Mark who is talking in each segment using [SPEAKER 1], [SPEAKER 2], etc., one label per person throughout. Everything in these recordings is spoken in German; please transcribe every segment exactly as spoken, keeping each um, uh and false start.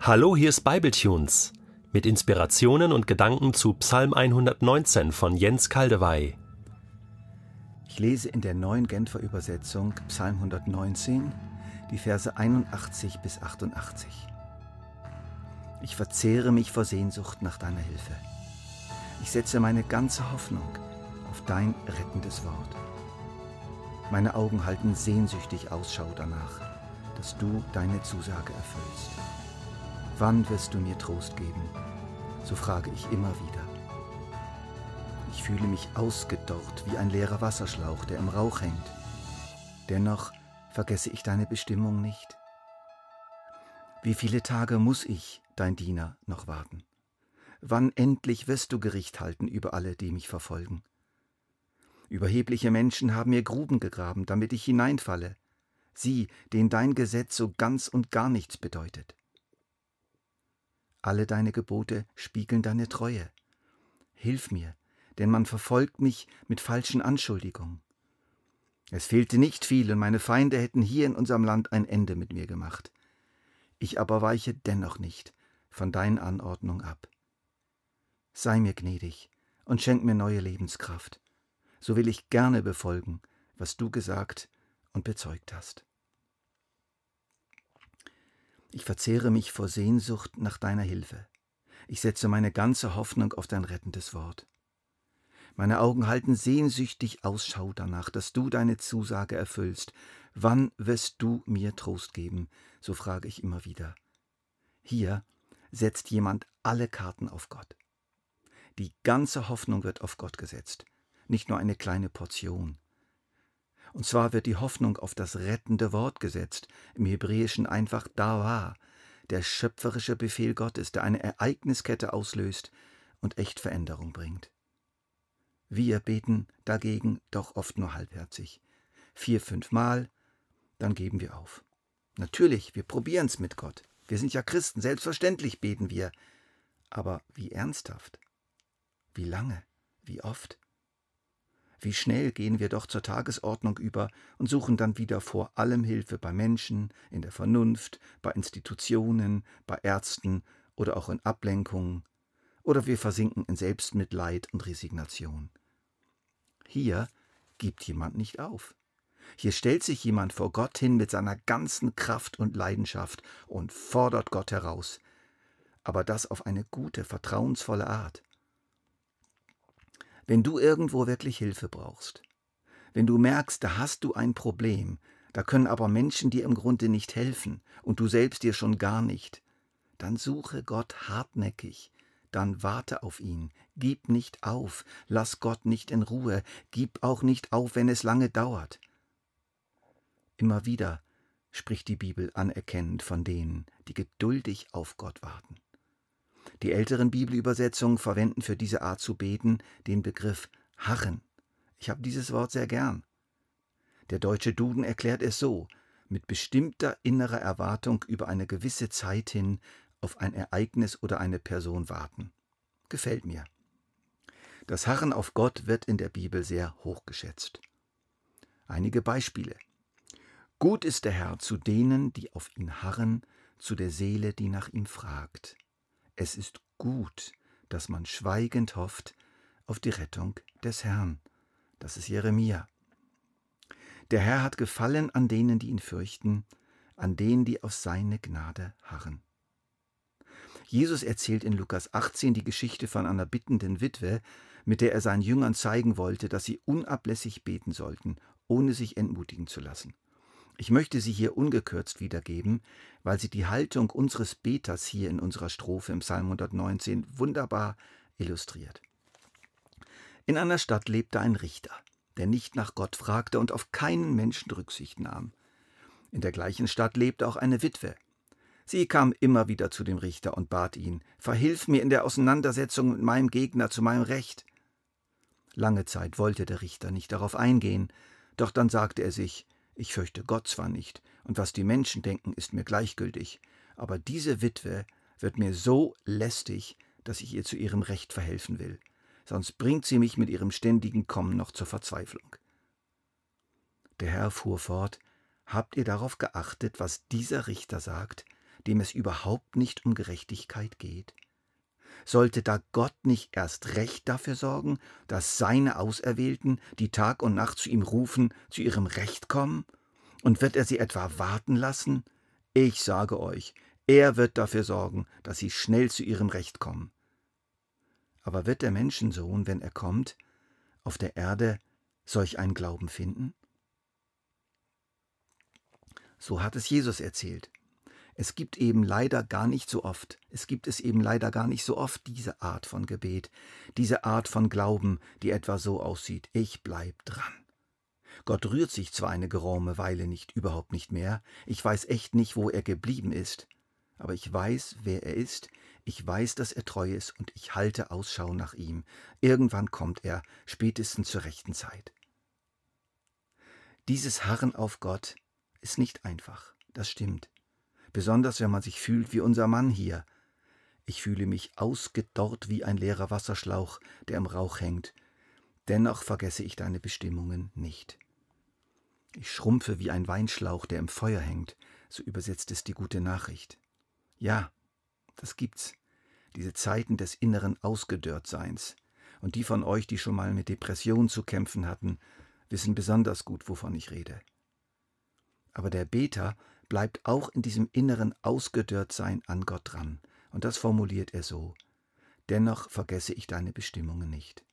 [SPEAKER 1] Hallo, hier ist Bibletunes mit Inspirationen und Gedanken zu Psalm hundertneunzehn von Jens Kaldewey.
[SPEAKER 2] Ich lese in der neuen Genfer Übersetzung Psalm hundertneunzehn, die Verse einundachtzig bis achtundachtzig. Ich verzehre mich vor Sehnsucht nach deiner Hilfe. Ich setze meine ganze Hoffnung auf dein rettendes Wort. Meine Augen halten sehnsüchtig Ausschau danach, dass du deine Zusage erfüllst. Wann wirst du mir Trost geben? So frage ich immer wieder. Ich fühle mich ausgedorrt wie ein leerer Wasserschlauch, der im Rauch hängt. Dennoch vergesse ich deine Bestimmung nicht. Wie viele Tage muss ich, dein Diener, noch warten? Wann endlich wirst du Gericht halten über alle, die mich verfolgen? Überhebliche Menschen haben mir Gruben gegraben, damit ich hineinfalle. Sie, denen dein Gesetz so ganz und gar nichts bedeutet. Alle deine Gebote spiegeln deine Treue. Hilf mir, denn man verfolgt mich mit falschen Anschuldigungen. Es fehlte nicht viel und meine Feinde hätten hier in unserem Land ein Ende mit mir gemacht. Ich aber weiche dennoch nicht von deinen Anordnungen ab. Sei mir gnädig und schenk mir neue Lebenskraft. So will ich gerne befolgen, was du gesagt und bezeugt hast. Ich verzehre mich vor Sehnsucht nach deiner Hilfe. Ich setze meine ganze Hoffnung auf dein rettendes Wort. Meine Augen halten sehnsüchtig Ausschau danach, dass du deine Zusage erfüllst. Wann wirst du mir Trost geben? So frage ich immer wieder. Hier setzt jemand alle Karten auf Gott. Die ganze Hoffnung wird auf Gott gesetzt, nicht nur eine kleine Portion. Und zwar wird die Hoffnung auf das rettende Wort gesetzt, im Hebräischen einfach Dawa, der schöpferische Befehl Gottes, der eine Ereigniskette auslöst und echt Veränderung bringt. Wir beten dagegen doch oft nur halbherzig. Vier, fünf Mal, dann geben wir auf. Natürlich, wir probieren es mit Gott. Wir sind ja Christen, selbstverständlich beten wir. Aber wie ernsthaft? Wie lange? Wie oft? Wie schnell gehen wir doch zur Tagesordnung über und suchen dann wieder vor allem Hilfe bei Menschen, in der Vernunft, bei Institutionen, bei Ärzten oder auch in Ablenkungen. Oder wir versinken in Selbstmitleid und Resignation. Hier gibt jemand nicht auf. Hier stellt sich jemand vor Gott hin mit seiner ganzen Kraft und Leidenschaft und fordert Gott heraus. Aber das auf eine gute, vertrauensvolle Art. Wenn du irgendwo wirklich Hilfe brauchst, wenn du merkst, da hast du ein Problem, da können aber Menschen dir im Grunde nicht helfen und du selbst dir schon gar nicht, dann suche Gott hartnäckig, dann warte auf ihn, gib nicht auf, lass Gott nicht in Ruhe, gib auch nicht auf, wenn es lange dauert. Immer wieder spricht die Bibel anerkennend von denen, die geduldig auf Gott warten. Die älteren Bibelübersetzungen verwenden für diese Art zu beten den Begriff harren. Ich habe dieses Wort sehr gern. Der deutsche Duden erklärt es so: mit bestimmter innerer Erwartung über eine gewisse Zeit hin auf ein Ereignis oder eine Person warten. Gefällt mir. Das Harren auf Gott wird in der Bibel sehr hochgeschätzt. Einige Beispiele. Gut ist der Herr zu denen, die auf ihn harren, zu der Seele, die nach ihm fragt. Es ist gut, dass man schweigend hofft auf die Rettung des Herrn. Das ist Jeremia. Der Herr hat Gefallen an denen, die ihn fürchten, an denen, die auf seine Gnade harren. Jesus erzählt in Lukas achtzehn die Geschichte von einer bittenden Witwe, mit der er seinen Jüngern zeigen wollte, dass sie unablässig beten sollten, ohne sich entmutigen zu lassen. Ich möchte sie hier ungekürzt wiedergeben, weil sie die Haltung unseres Beters hier in unserer Strophe im Psalm hundertneunzehn wunderbar illustriert. In einer Stadt lebte ein Richter, der nicht nach Gott fragte und auf keinen Menschen Rücksicht nahm. In der gleichen Stadt lebte auch eine Witwe. Sie kam immer wieder zu dem Richter und bat ihn: Verhilf mir in der Auseinandersetzung mit meinem Gegner zu meinem Recht. Lange Zeit wollte der Richter nicht darauf eingehen, doch dann sagte er sich: Ich fürchte Gott zwar nicht, und was die Menschen denken, ist mir gleichgültig, aber diese Witwe wird mir so lästig, dass ich ihr zu ihrem Recht verhelfen will, sonst bringt sie mich mit ihrem ständigen Kommen noch zur Verzweiflung. Der Herr fuhr fort: Habt ihr darauf geachtet, was dieser Richter sagt? dem es überhaupt nicht um Gerechtigkeit geht? Sollte da Gott nicht erst recht dafür sorgen, dass seine Auserwählten, die Tag und Nacht zu ihm rufen, zu ihrem Recht kommen? Und wird er sie etwa warten lassen? Ich sage euch, er wird dafür sorgen, dass sie schnell zu ihrem Recht kommen. Aber wird der Menschensohn, wenn er kommt, auf der Erde solch einen Glauben finden? So hat es Jesus erzählt. Es gibt eben leider gar nicht so oft, es gibt es eben leider gar nicht so oft diese Art von Gebet, diese Art von Glauben, die etwa so aussieht: Ich bleib dran. Gott rührt sich zwar eine geraume Weile nicht, überhaupt nicht mehr, ich weiß echt nicht, wo er geblieben ist, aber ich weiß, wer er ist, ich weiß, dass er treu ist und ich halte Ausschau nach ihm. Irgendwann kommt er, spätestens zur rechten Zeit. Dieses Harren auf Gott ist nicht einfach, das stimmt. Besonders wenn man sich fühlt wie unser Mann hier. Ich fühle mich ausgedorrt wie ein leerer Wasserschlauch, der im Rauch hängt. Dennoch vergesse ich deine Bestimmungen nicht. Ich schrumpfe wie ein Weinschlauch, der im Feuer hängt, so übersetzt es die gute Nachricht. Ja, das gibt's, diese Zeiten des inneren Ausgedörrtseins. Und die von euch, die schon mal mit Depressionen zu kämpfen hatten, wissen besonders gut, wovon ich rede. Aber der Beter bleibt auch in diesem inneren Ausgedörrtsein an Gott dran. Und das formuliert er so: Dennoch vergesse ich deine Bestimmungen nicht.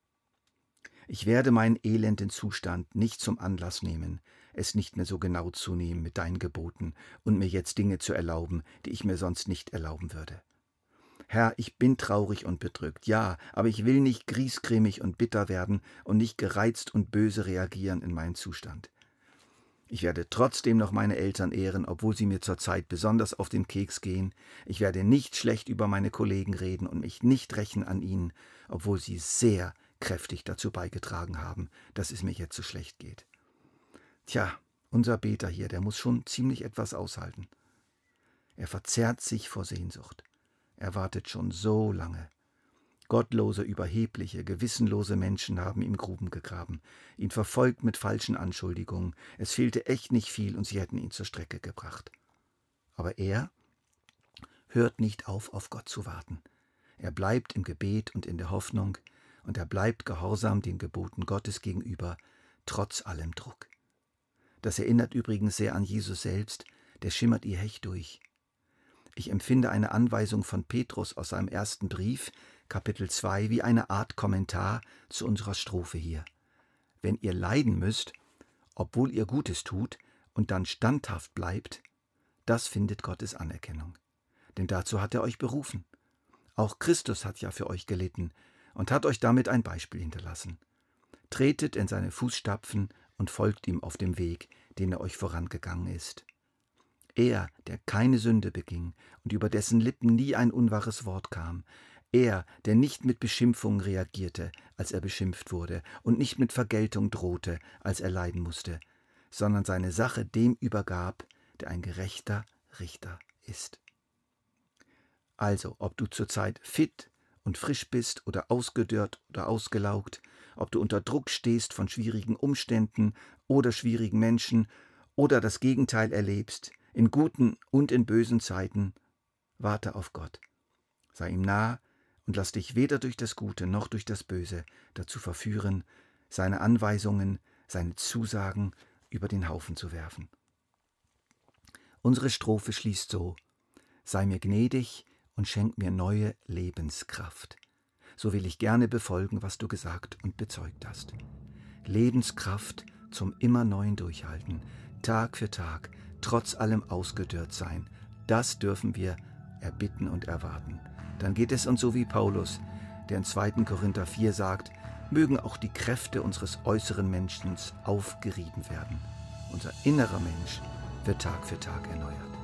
[SPEAKER 2] Ich werde meinen elenden Zustand nicht zum Anlass nehmen, es nicht mehr so genau zu nehmen mit deinen Geboten und mir jetzt Dinge zu erlauben, die ich mir sonst nicht erlauben würde. Herr, ich bin traurig und bedrückt, ja, aber ich will nicht griesgrämig und bitter werden und nicht gereizt und böse reagieren in meinen Zustand. Ich werde trotzdem noch meine Eltern ehren, obwohl sie mir zurzeit besonders auf den Keks gehen. Ich werde nicht schlecht über meine Kollegen reden und mich nicht rächen an ihnen, obwohl sie sehr kräftig dazu beigetragen haben, dass es mir jetzt so schlecht geht. Tja, unser Beter hier, der muss schon ziemlich etwas aushalten. Er verzerrt sich vor Sehnsucht. Er wartet schon so lange. Gottlose, überhebliche, gewissenlose Menschen haben ihm Gruben gegraben, ihn verfolgt mit falschen Anschuldigungen. Es fehlte echt nicht viel und sie hätten ihn zur Strecke gebracht. Aber er hört nicht auf, auf Gott zu warten. Er bleibt im Gebet und in der Hoffnung und er bleibt gehorsam den Geboten Gottes gegenüber, trotz allem Druck. Das erinnert übrigens sehr an Jesus selbst, der schimmert ihr Hecht durch. Ich empfinde eine Anweisung von Petrus aus seinem ersten Brief, Kapitel zwei, wie eine Art Kommentar zu unserer Strophe hier. Wenn ihr leiden müsst, obwohl ihr Gutes tut und dann standhaft bleibt, das findet Gottes Anerkennung. Denn dazu hat er euch berufen. Auch Christus hat ja für euch gelitten und hat euch damit ein Beispiel hinterlassen. Tretet in seine Fußstapfen und folgt ihm auf dem Weg, den er euch vorangegangen ist. Er, der keine Sünde beging und über dessen Lippen nie ein unwahres Wort kam, er, der nicht mit Beschimpfungen reagierte, als er beschimpft wurde, und nicht mit Vergeltung drohte, als er leiden musste, sondern seine Sache dem übergab, der ein gerechter Richter ist. Also, ob du zurzeit fit und frisch bist oder ausgedörrt oder ausgelaugt, ob du unter Druck stehst von schwierigen Umständen oder schwierigen Menschen oder das Gegenteil erlebst, in guten und in bösen Zeiten, warte auf Gott. Sei ihm nah und lass dich weder durch das Gute noch durch das Böse dazu verführen, seine Anweisungen, seine Zusagen über den Haufen zu werfen. Unsere Strophe schließt so: Sei mir gnädig und schenk mir neue Lebenskraft. So will ich gerne befolgen, was du gesagt und bezeugt hast. Lebenskraft zum immer neuen Durchhalten, Tag für Tag, trotz allem Ausgedörrtsein, das dürfen wir erbitten und erwarten. Dann geht es uns so wie Paulus, der in zweiten Korinther vier sagt: Mögen auch die Kräfte unseres äußeren Menschen aufgerieben werden. Unser innerer Mensch wird Tag für Tag erneuert.